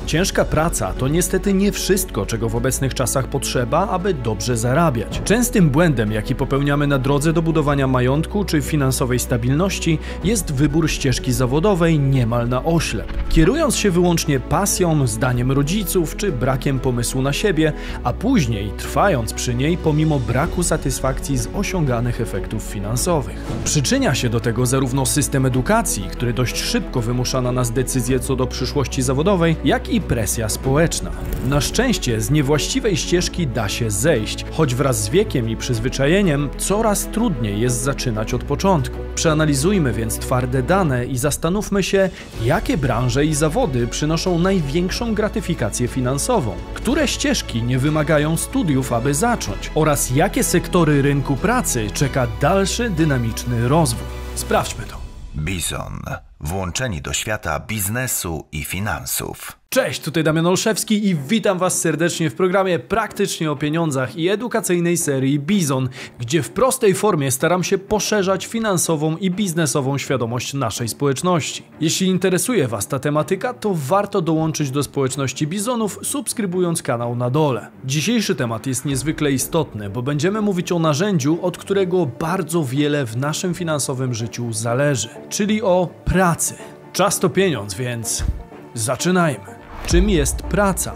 Ciężka praca to niestety nie wszystko, czego w obecnych czasach potrzeba, aby dobrze zarabiać. Częstym błędem, jaki popełniamy na drodze do budowania majątku czy finansowej stabilności, jest wybór ścieżki zawodowej niemal na oślep. Kierując się wyłącznie pasją, zdaniem rodziców czy brakiem pomysłu na siebie, a później trwając przy niej pomimo braku satysfakcji z osiąganych efektów finansowych. Przyczynia się do tego zarówno system edukacji, który dość szybko wymusza na nas decyzje co do przyszłości zawodowej, jak i presja społeczna. Na szczęście z niewłaściwej ścieżki da się zejść, choć wraz z wiekiem i przyzwyczajeniem coraz trudniej jest zaczynać od początku. Przeanalizujmy więc twarde dane i zastanówmy się, jakie branże i zawody przynoszą największą gratyfikację finansową, które ścieżki nie wymagają studiów, aby zacząć, oraz jakie sektory rynku pracy czeka dalszy dynamiczny rozwój. Sprawdźmy to. Bizon. Włączeni do świata biznesu i finansów. Cześć, tutaj Damian Olszewski i witam Was serdecznie w programie Praktycznie o pieniądzach i edukacyjnej serii Bizon, gdzie w prostej formie staram się poszerzać finansową i biznesową świadomość naszej społeczności. Jeśli interesuje Was ta tematyka, to warto dołączyć do społeczności Bizonów, subskrybując kanał na dole. Dzisiejszy temat jest niezwykle istotny, bo będziemy mówić o narzędziu, od którego bardzo wiele w naszym finansowym życiu zależy, czyli o pracy. Czas to pieniądz, więc zaczynajmy. Czym jest praca?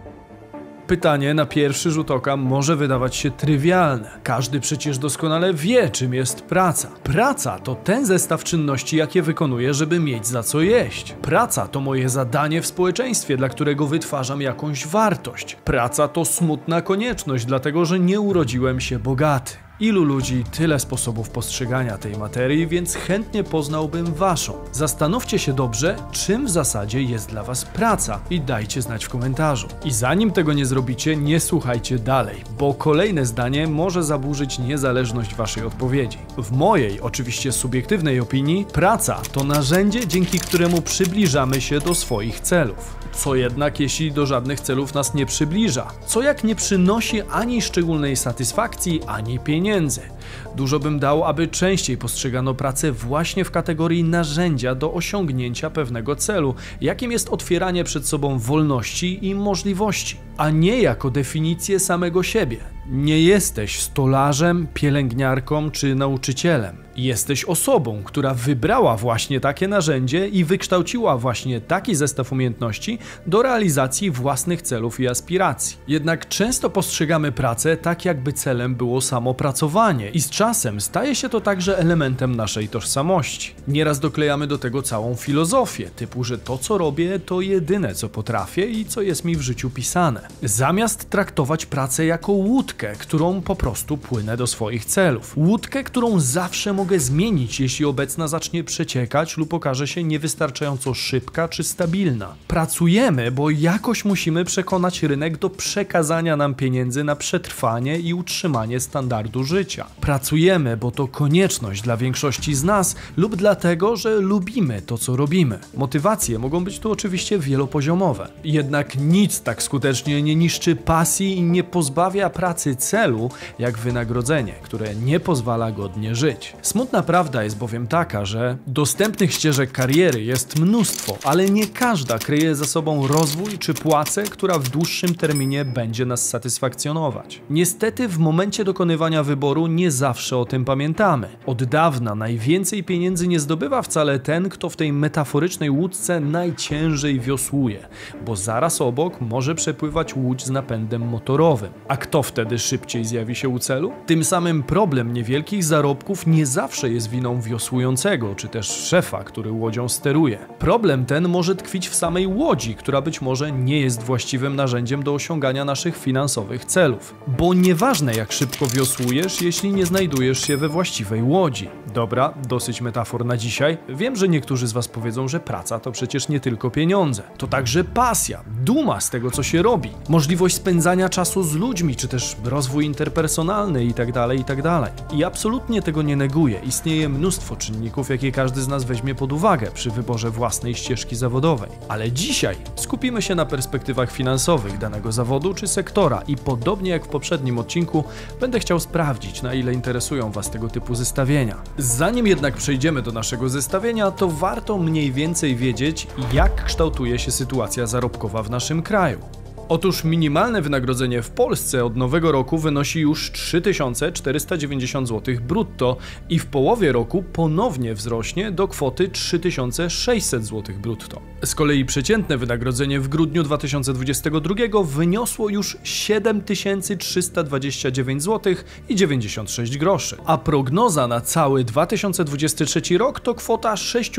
Pytanie na pierwszy rzut oka może wydawać się trywialne. Każdy przecież doskonale wie, czym jest praca. Praca to ten zestaw czynności, jakie wykonuję, żeby mieć za co jeść. Praca to moje zadanie w społeczeństwie, dla którego wytwarzam jakąś wartość. Praca to smutna konieczność, dlatego że nie urodziłem się bogaty. Ilu ludzi, tyle sposobów postrzegania tej materii, więc chętnie poznałbym Waszą. Zastanówcie się dobrze, czym w zasadzie jest dla Was praca i dajcie znać w komentarzu. I zanim tego nie zrobicie, nie słuchajcie dalej, bo kolejne zdanie może zaburzyć niezależność Waszej odpowiedzi. W mojej, oczywiście subiektywnej opinii, praca to narzędzie, dzięki któremu przybliżamy się do swoich celów. Co jednak, jeśli do żadnych celów nas nie przybliża? Co jak nie przynosi ani szczególnej satysfakcji, ani pieniędzy? Dużo bym dał, aby częściej postrzegano pracę właśnie w kategorii narzędzia do osiągnięcia pewnego celu, jakim jest otwieranie przed sobą wolności i możliwości, a nie jako definicję samego siebie. Nie jesteś stolarzem, pielęgniarką czy nauczycielem. Jesteś osobą, która wybrała właśnie takie narzędzie i wykształciła właśnie taki zestaw umiejętności do realizacji własnych celów i aspiracji. Jednak często postrzegamy pracę tak, jakby celem było samo pracowanie i z czasem staje się to także elementem naszej tożsamości. Nieraz doklejamy do tego całą filozofię, typu, że to co robię to jedyne co potrafię i co jest mi w życiu pisane. Zamiast traktować pracę jako łódkę, którą po prostu płynę do swoich celów. Łódkę, którą zawsze mogę zmienić, jeśli obecna zacznie przeciekać lub okaże się niewystarczająco szybka czy stabilna. Pracujemy, bo jakoś musimy przekonać rynek do przekazania nam pieniędzy na przetrwanie i utrzymanie standardu życia. Pracujemy, bo to konieczność dla większości z nas lub dlatego, że lubimy to, co robimy. Motywacje mogą być tu oczywiście wielopoziomowe. Jednak nic tak skutecznie nie niszczy pasji i nie pozbawia pracy celu, jak wynagrodzenie, które nie pozwala godnie żyć. Smutna prawda jest bowiem taka, że dostępnych ścieżek kariery jest mnóstwo, ale nie każda kryje za sobą rozwój czy płacę, która w dłuższym terminie będzie nas satysfakcjonować. Niestety w momencie dokonywania wyboru nie zawsze o tym pamiętamy. Od dawna najwięcej pieniędzy nie zdobywa wcale ten, kto w tej metaforycznej łódce najciężej wiosłuje, bo zaraz obok może przepływać łódź z napędem motorowym. A kto wtedy szybciej zjawi się u celu? Tym samym problem niewielkich zarobków nie zawsze jest winą wiosłującego, czy też szefa, który łodzią steruje. Problem ten może tkwić w samej łodzi, która być może nie jest właściwym narzędziem do osiągania naszych finansowych celów. Bo nieważne jak szybko wiosłujesz, jeśli nie znajdujesz się we właściwej łodzi. Dobra, dosyć metafor na dzisiaj. Wiem, że niektórzy z Was powiedzą, że praca to przecież nie tylko pieniądze. To także pasja, duma z tego, co się robi, możliwość spędzania czasu z ludźmi, czy też rozwój interpersonalny itd., itd. I absolutnie tego nie neguję. Istnieje mnóstwo czynników, jakie każdy z nas weźmie pod uwagę przy wyborze własnej ścieżki zawodowej. Ale dzisiaj skupimy się na perspektywach finansowych danego zawodu czy sektora i podobnie jak w poprzednim odcinku będę chciał sprawdzić, na ile interesują Was tego typu zestawienia. Zanim jednak przejdziemy do naszego zestawienia, to warto mniej więcej wiedzieć, jak kształtuje się sytuacja zarobkowa w naszym kraju. Otóż minimalne wynagrodzenie w Polsce od nowego roku wynosi już 3490 zł brutto i w połowie roku ponownie wzrośnie do kwoty 3600 zł brutto. Z kolei przeciętne wynagrodzenie w grudniu 2022 wyniosło już 7329 zł i 96 groszy, a prognoza na cały 2023 rok to kwota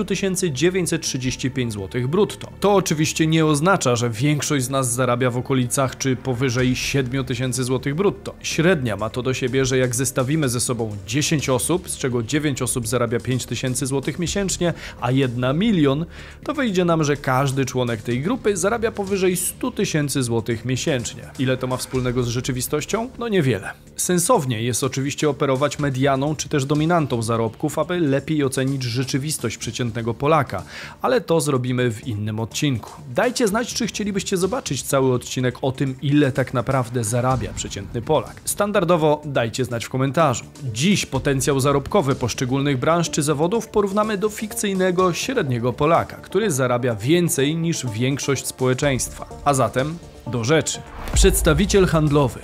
6935 zł brutto. To oczywiście nie oznacza, że większość z nas zarabia w okolicach czy powyżej 7000 zł brutto. Średnia ma to do siebie, że jak zestawimy ze sobą 10 osób, z czego 9 osób zarabia 5000 zł miesięcznie, a 1 milion, to wyjdzie nam, że każdy członek tej grupy zarabia powyżej 100 000 zł miesięcznie. Ile to ma wspólnego z rzeczywistością? No niewiele. Sensownie jest oczywiście operować medianą czy też dominantą zarobków, aby lepiej ocenić rzeczywistość przeciętnego Polaka, ale to zrobimy w innym odcinku. Dajcie znać, czy chcielibyście zobaczyć cały odcinek o tym, ile tak naprawdę zarabia przeciętny Polak. Standardowo dajcie znać w komentarzu. Dziś potencjał zarobkowy poszczególnych branż czy zawodów porównamy do fikcyjnego średniego Polaka, który zarabia więcej niż większość społeczeństwa. A zatem do rzeczy. Przedstawiciel handlowy.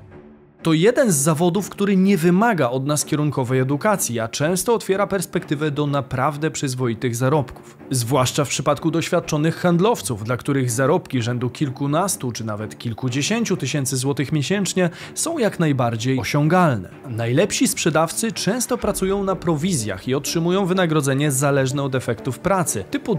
To jeden z zawodów, który nie wymaga od nas kierunkowej edukacji, a często otwiera perspektywę do naprawdę przyzwoitych zarobków. Zwłaszcza w przypadku doświadczonych handlowców, dla których zarobki rzędu kilkunastu czy nawet kilkudziesięciu tysięcy złotych miesięcznie są jak najbardziej osiągalne. Najlepsi sprzedawcy często pracują na prowizjach i otrzymują wynagrodzenie zależne od efektów pracy, typu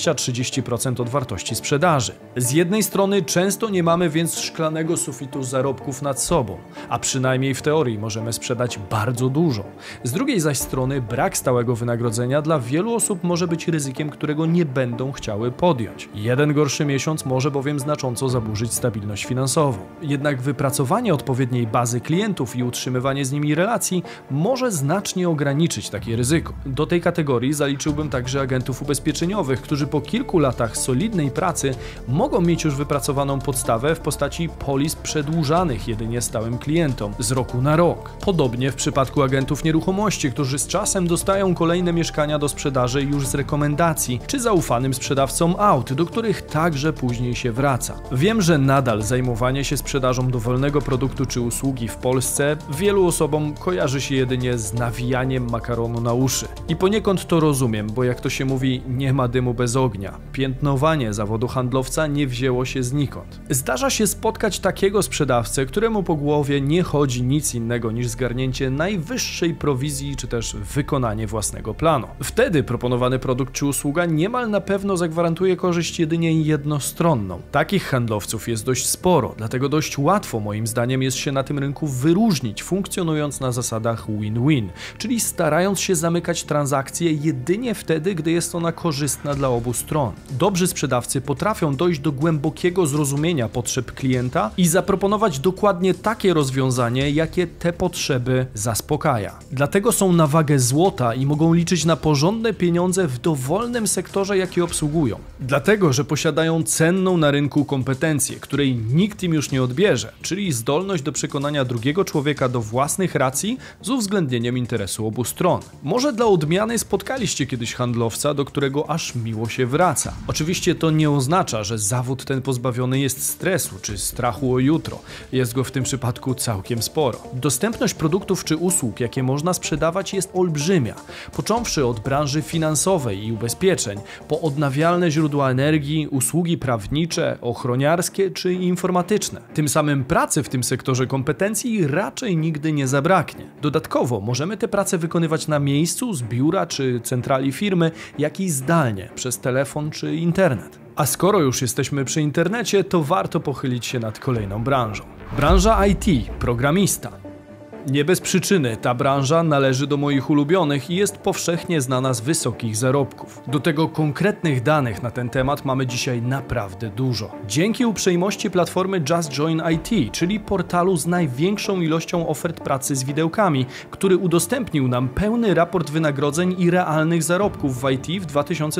20-30% od wartości sprzedaży. Z jednej strony często nie mamy więc szklanego sufitu zarobków nad sobą, a przynajmniej w teorii możemy sprzedać bardzo dużo. Z drugiej zaś strony brak stałego wynagrodzenia dla wielu osób może być ryzykiem, którego nie będą chciały podjąć. Jeden gorszy miesiąc może bowiem znacząco zaburzyć stabilność finansową. Jednak wypracowanie odpowiedniej bazy klientów i utrzymywanie z nimi relacji może znacznie ograniczyć takie ryzyko. Do tej kategorii zaliczyłbym także agentów ubezpieczeniowych, którzy po kilku latach solidnej pracy mogą mieć już wypracowaną podstawę w postaci polis przedłużanych jedynie stałym klientom z roku na rok. Podobnie w przypadku agentów nieruchomości, którzy z czasem dostają kolejne mieszkania do sprzedaży już z rekomendacji, czy zaufanym sprzedawcom aut, do których także później się wraca. Wiem, że nadal zajmowanie się sprzedażą dowolnego produktu czy usługi w Polsce wielu osobom kojarzy się jedynie z nawijaniem makaronu na uszy. I poniekąd to rozumiem, bo jak to się mówi, nie ma dymu bez ognia. Piętnowanie zawodu handlowca nie wzięło się znikąd. Zdarza się spotkać takiego sprzedawcę, któremu po głowie nie chodzi nic innego niż zgarnięcie najwyższej prowizji czy też wykonanie własnego planu. Wtedy proponowany produkt czy usługa niemal na pewno zagwarantuje korzyść jedynie jednostronną. Takich handlowców jest dość sporo, dlatego dość łatwo moim zdaniem jest się na tym rynku wyróżnić, funkcjonując na zasadach win-win, czyli starając się zamykać transakcje jedynie wtedy, gdy jest ona korzystna dla obu stron. Dobrzy sprzedawcy potrafią dojść do głębokiego zrozumienia potrzeb klienta i zaproponować dokładnie takie rozwiązanie, jakie te potrzeby zaspokaja. Dlatego są na wagę złota i mogą liczyć na porządne pieniądze w dowolnym sektorze, jaki obsługują. Dlatego, że posiadają cenną na rynku kompetencję, której nikt im już nie odbierze, czyli zdolność do przekonania drugiego człowieka do własnych racji z uwzględnieniem interesu obu stron. Może dla odmiany spotkaliście kiedyś handlowca, do którego aż miło się wraca. Oczywiście to nie oznacza, że zawód ten pozbawiony jest stresu czy strachu o jutro. Jest go w tym przypadku całkiem sporo. Dostępność produktów czy usług, jakie można sprzedawać, jest olbrzymia. Począwszy od branży finansowej i ubezpieczeń, po odnawialne źródła energii, usługi prawnicze, ochroniarskie czy informatyczne. Tym samym pracy w tym sektorze kompetencji raczej nigdy nie zabraknie. Dodatkowo możemy te prace wykonywać na miejscu, z biura czy centrali firmy, jak i zdalnie, przez telefon czy internet. A skoro już jesteśmy przy internecie, to warto pochylić się nad kolejną branżą. Branża IT, programista. Nie bez przyczyny ta branża należy do moich ulubionych i jest powszechnie znana z wysokich zarobków. Do tego konkretnych danych na ten temat mamy dzisiaj naprawdę dużo. Dzięki uprzejmości platformy Just Join IT, czyli portalu z największą ilością ofert pracy z widełkami, który udostępnił nam pełny raport wynagrodzeń i realnych zarobków w IT w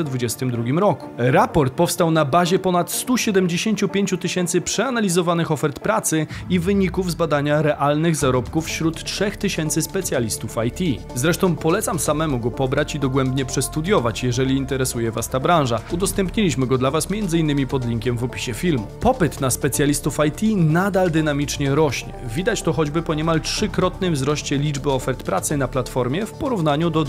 2022 roku. Raport powstał na bazie ponad 175 000 przeanalizowanych ofert pracy i wyników z badania realnych zarobków wśród wśród 3000 specjalistów IT. Zresztą polecam samemu go pobrać i dogłębnie przestudiować, jeżeli interesuje Was ta branża. Udostępniliśmy go dla Was m.in. pod linkiem w opisie filmu. Popyt na specjalistów IT nadal dynamicznie rośnie. Widać to choćby po niemal trzykrotnym wzroście liczby ofert pracy na platformie w porównaniu do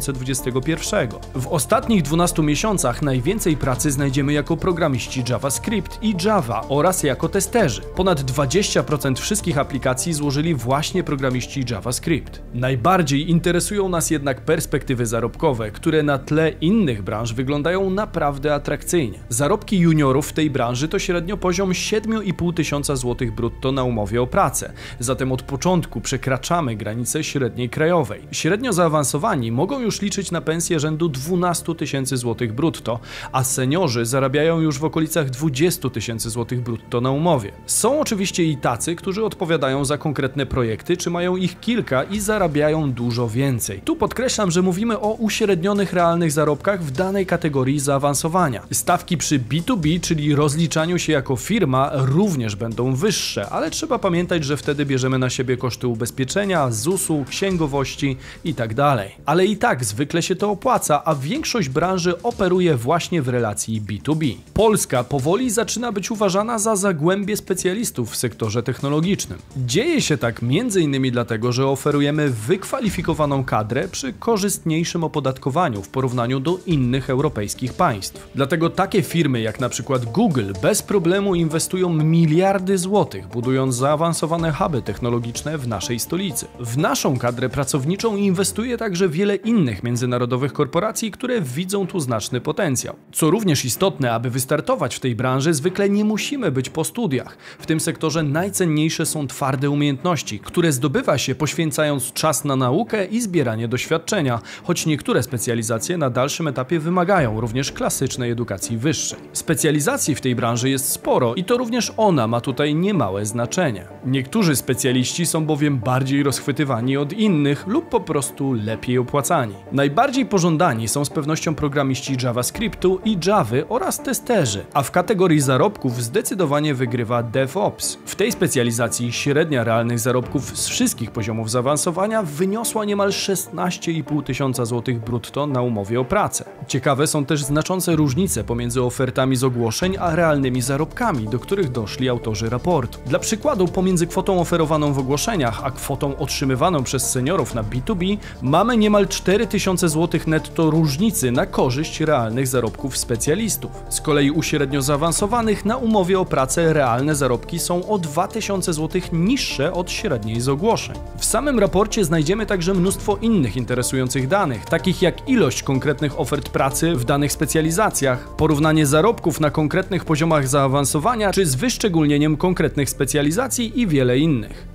2021. W ostatnich 12 miesiącach najwięcej pracy znajdziemy jako programiści JavaScript i Java oraz jako testerzy. Ponad 20% wszystkich aplikacji złożyli właśnie programiści JavaScript. Najbardziej interesują nas jednak perspektywy zarobkowe, które na tle innych branż wyglądają naprawdę atrakcyjnie. Zarobki juniorów w tej branży to średnio poziom 7,5 tysiąca złotych brutto na umowie o pracę. Zatem od początku przekraczamy granicę średniej krajowej. Średnio zaawansowani mogą już liczyć na pensję rzędu 12 tysięcy złotych brutto, a seniorzy zarabiają już w okolicach 20 tysięcy złotych brutto na umowie. Są oczywiście i tacy, którzy odpowiadają za konkretne projekty, czy mają ich kilka i zarabiają dużo więcej. Tu podkreślam, że mówimy o uśrednionych realnych zarobkach w danej kategorii zaawansowania. Stawki przy B2B, czyli rozliczaniu się jako firma, również będą wyższe, ale trzeba pamiętać, że wtedy bierzemy na siebie koszty ubezpieczenia, ZUS-u, księgowości itd. Ale i tak zwykle się to opłaca, a większość branży operuje właśnie w relacji B2B. Polska powoli zaczyna być uważana za zagłębie specjalistów w sektorze technologicznym. Dzieje się tak m.in. dlatego, że oferujemy wykwalifikowaną kadrę przy korzystniejszym opodatkowaniu w porównaniu do innych europejskich państw. Dlatego takie firmy jak na przykład Google bez problemu inwestują miliardy złotych, budując zaawansowane huby technologiczne w naszej stolicy. W naszą kadrę pracowniczą inwestuje także wiele innych międzynarodowych korporacji, które widzą tu znaczny potencjał. Co również istotne, aby wystartować w tej branży, zwykle nie musimy być po studiach. W tym sektorze najcenniejsze są twarde umiejętności, które zdobywa się poświęcając czas na naukę i zbieranie doświadczenia, choć niektóre specjalizacje na dalszym etapie wymagają również klasycznej edukacji wyższej. Specjalizacji w tej branży jest sporo i to również ona ma tutaj niemałe znaczenie. Niektórzy specjaliści są bowiem bardziej rozchwytywani od innych lub po prostu lepiej opłacani. Najbardziej pożądani są z pewnością programiści JavaScriptu i Javy oraz testerzy, a w kategorii zarobków zdecydowanie wygrywa DevOps. W tej specjalizacji średnia realnych zarobków z wszystkich poziomów zaawansowania wyniosła niemal 16,5 tysiąca złotych brutto na umowie o pracę. Ciekawe są też znaczące różnice pomiędzy ofertami z ogłoszeń a realnymi zarobkami, do których doszli autorzy raportu. Dla przykładu, pomiędzy kwotą oferowaną w ogłoszeniach a kwotą otrzymywaną przez seniorów na B2B mamy niemal 4000 złotych netto różnicy na korzyść realnych zarobków specjalistów. Z kolei u średnio zaawansowanych na umowie o pracę realne zarobki są o 2000 złotych niższe od średniej z ogłoszeń. W samym raporcie znajdziemy także mnóstwo innych interesujących danych, takich jak ilość konkretnych ofert pracy w danych specjalizacjach, porównanie zarobków na konkretnych poziomach zaawansowania czy z wyszczególnieniem konkretnych specjalizacji i wiele innych.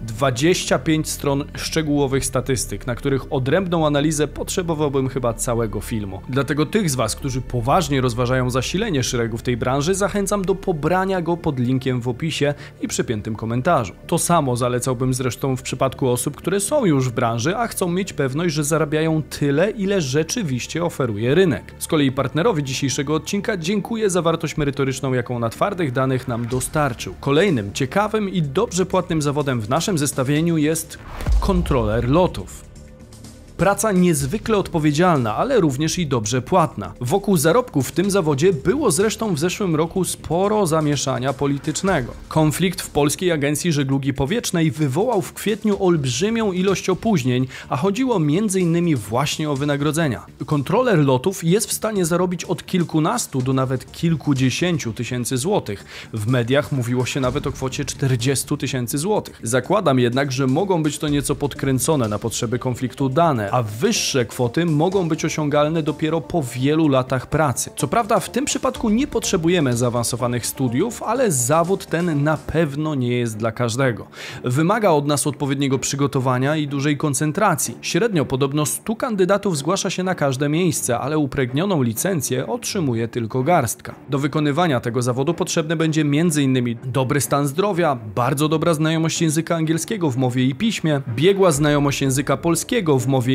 25 stron szczegółowych statystyk, na których odrębną analizę potrzebowałbym chyba całego filmu. Dlatego tych z Was, którzy poważnie rozważają zasilenie szeregów tej branży, zachęcam do pobrania go pod linkiem w opisie i przypiętym komentarzu. To samo zalecałbym zresztą w przypadku osób, które są już w branży, a chcą mieć pewność, że zarabiają tyle, ile rzeczywiście oferuje rynek. Z kolei partnerowi dzisiejszego odcinka dziękuję za wartość merytoryczną, jaką na twardych danych nam dostarczył. Kolejnym ciekawym i dobrze płatnym zawodem w naszym zestawieniu jest kontroler lotów. Praca niezwykle odpowiedzialna, ale również i dobrze płatna. Wokół zarobków w tym zawodzie było zresztą w zeszłym roku sporo zamieszania politycznego. Konflikt w Polskiej Agencji Żeglugi Powietrznej wywołał w kwietniu olbrzymią ilość opóźnień, a chodziło m.in. właśnie o wynagrodzenia. Kontroler lotów jest w stanie zarobić od kilkunastu do nawet kilkudziesięciu tysięcy złotych. W mediach mówiło się nawet o kwocie 40 tysięcy złotych. Zakładam jednak, że mogą być to nieco podkręcone na potrzeby konfliktu dane, a wyższe kwoty mogą być osiągalne dopiero po wielu latach pracy. Co prawda w tym przypadku nie potrzebujemy zaawansowanych studiów, ale zawód ten na pewno nie jest dla każdego. Wymaga od nas odpowiedniego przygotowania i dużej koncentracji. Średnio podobno 100 kandydatów zgłasza się na każde miejsce, ale upragnioną licencję otrzymuje tylko garstka. Do wykonywania tego zawodu potrzebny będzie m.in. dobry stan zdrowia, bardzo dobra znajomość języka angielskiego w mowie i piśmie, biegła znajomość języka polskiego w mowie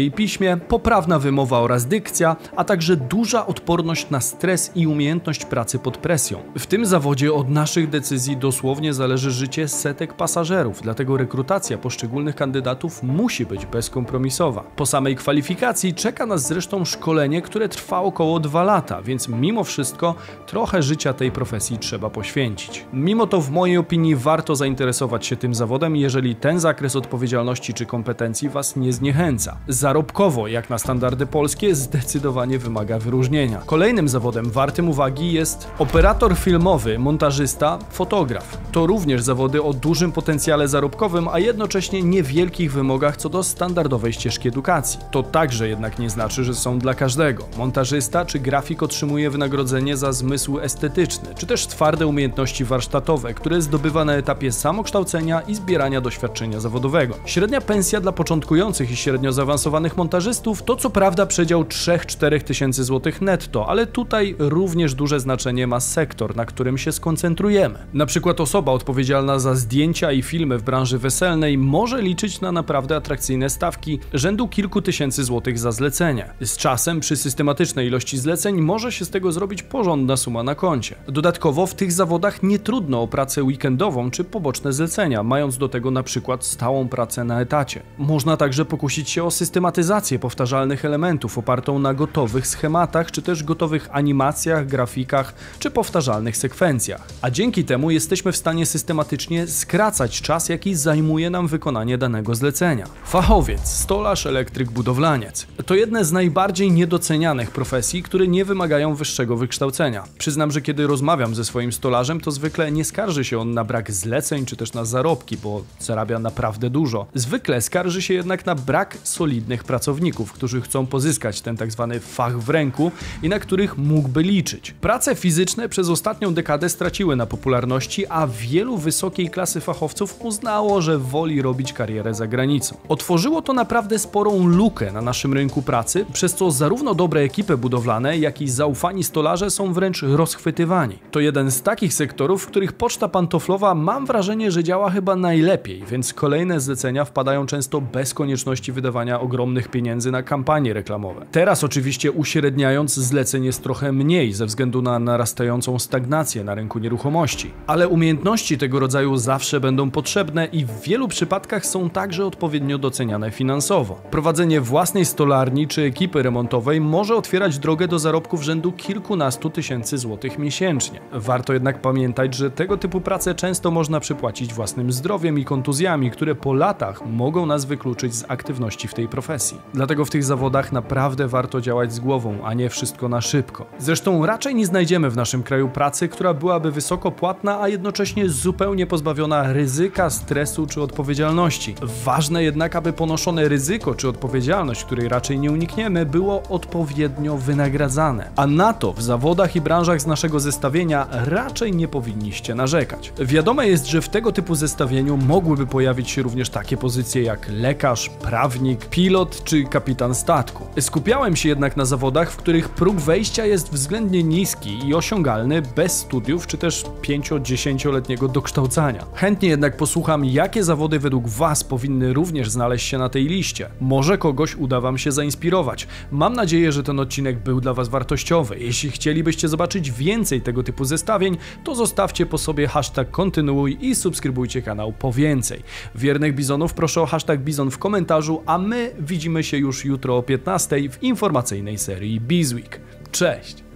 i piśmie, poprawna wymowa oraz dykcja, a także duża odporność na stres i umiejętność pracy pod presją. W tym zawodzie od naszych decyzji dosłownie zależy życie setek pasażerów, dlatego rekrutacja poszczególnych kandydatów musi być bezkompromisowa. Po samej kwalifikacji czeka nas zresztą szkolenie, które trwa około 2 lata, więc mimo wszystko trochę życia tej profesji trzeba poświęcić. Mimo to w mojej opinii warto zainteresować się tym zawodem, jeżeli ten zakres odpowiedzialności czy kompetencji Was nie zniechęca. Zarobkowo, jak na standardy polskie, zdecydowanie wymaga wyróżnienia. Kolejnym zawodem wartym uwagi jest operator filmowy, montażysta, fotograf. To również zawody o dużym potencjale zarobkowym, a jednocześnie niewielkich wymogach co do standardowej ścieżki edukacji. To także jednak nie znaczy, że są dla każdego. Montażysta czy grafik otrzymuje wynagrodzenie za zmysł estetyczny, czy też twarde umiejętności warsztatowe, które zdobywa na etapie samokształcenia i zbierania doświadczenia zawodowego. Średnia pensja dla początkujących i średnio zaawansowanych montażystów to co prawda przedział 3-4 tysięcy złotych netto, ale tutaj również duże znaczenie ma sektor, na którym się skoncentrujemy. Na przykład osoba odpowiedzialna za zdjęcia i filmy w branży weselnej może liczyć na naprawdę atrakcyjne stawki rzędu kilku tysięcy złotych za zlecenie. Z czasem przy systematycznej ilości zleceń może się z tego zrobić porządna suma na koncie. Dodatkowo w tych zawodach nie trudno o pracę weekendową czy poboczne zlecenia, mając do tego na przykład stałą pracę na etacie. Można także pokusić się o systematyzację powtarzalnych elementów opartą na gotowych schematach, czy też gotowych animacjach, grafikach, czy powtarzalnych sekwencjach. A dzięki temu jesteśmy w stanie systematycznie skracać czas, jaki zajmuje nam wykonanie danego zlecenia. Fachowiec, stolarz, elektryk, budowlaniec. To jedne z najbardziej niedocenianych profesji, które nie wymagają wyższego wykształcenia. Przyznam, że kiedy rozmawiam ze swoim stolarzem, to zwykle nie skarży się on na brak zleceń, czy też na zarobki, bo zarabia naprawdę dużo. Zwykle skarży się jednak na brak solidnych pracowników, którzy chcą pozyskać ten tak zwany fach w ręku i na których mógłby liczyć. Prace fizyczne przez ostatnią dekadę straciły na popularności, a wielu wysokiej klasy fachowców uznało, że woli robić karierę za granicą. Otworzyło to naprawdę sporą lukę na naszym rynku pracy, przez co zarówno dobre ekipy budowlane, jak i zaufani stolarze są wręcz rozchwytywani. To jeden z takich sektorów, w których poczta pantoflowa mam wrażenie, że działa chyba najlepiej, więc kolejne zlecenia wpadają często bez konieczności wydawania ogromnych pieniędzy na kampanie reklamowe. Teraz oczywiście uśredniając zleceń jest trochę mniej ze względu na narastającą stagnację na rynku nieruchomości, ale umiejętności tego rodzaju zawsze będą potrzebne i w wielu przypadkach są także odpowiednio doceniane finansowo. Prowadzenie własnej stolarni czy ekipy remontowej może otwierać drogę do zarobków rzędu kilkunastu tysięcy złotych miesięcznie. Warto jednak pamiętać, że tego typu pracę często można przypłacić własnym zdrowiem i kontuzjami, które po latach mogą nas wykluczyć z aktywności w tej profesji. Dlatego w tych zawodach naprawdę warto działać z głową, a nie wszystko na szybko. Zresztą raczej nie znajdziemy w naszym kraju pracy, która byłaby wysoko płatna, a jednocześnie zupełnie pozbawiona ryzyka, stresu czy odpowiedzialności. Ważne jednak, aby ponoszone ryzyko czy odpowiedzialność, której raczej nie unikniemy, było odpowiednio wynagradzane. A na to w zawodach i branżach z naszego zestawienia raczej nie powinniście narzekać. Wiadome jest, że w tego typu zestawieniu mogłyby pojawić się również takie pozycje jak lekarz, prawnik, pilot czy kapitan statku. Skupiałem się jednak na zawodach, w których próg wejścia jest względnie niski i osiągalny bez studiów czy też 5-10-letniego dokształcania. Chętnie jednak posłucham, jakie zawody według Was powinny również znaleźć się na tej liście. Może kogoś uda Wam się zainspirować. Mam nadzieję, że ten odcinek był dla Was wartościowy. Jeśli chcielibyście zobaczyć więcej tego typu zestawień, to zostawcie po sobie hashtag kontynuuj i subskrybujcie kanał po więcej. Wiernych bizonów proszę o hashtag bizon w komentarzu, a my widzimy się już jutro o 15:00 w informacyjnej serii Bizweek. Cześć!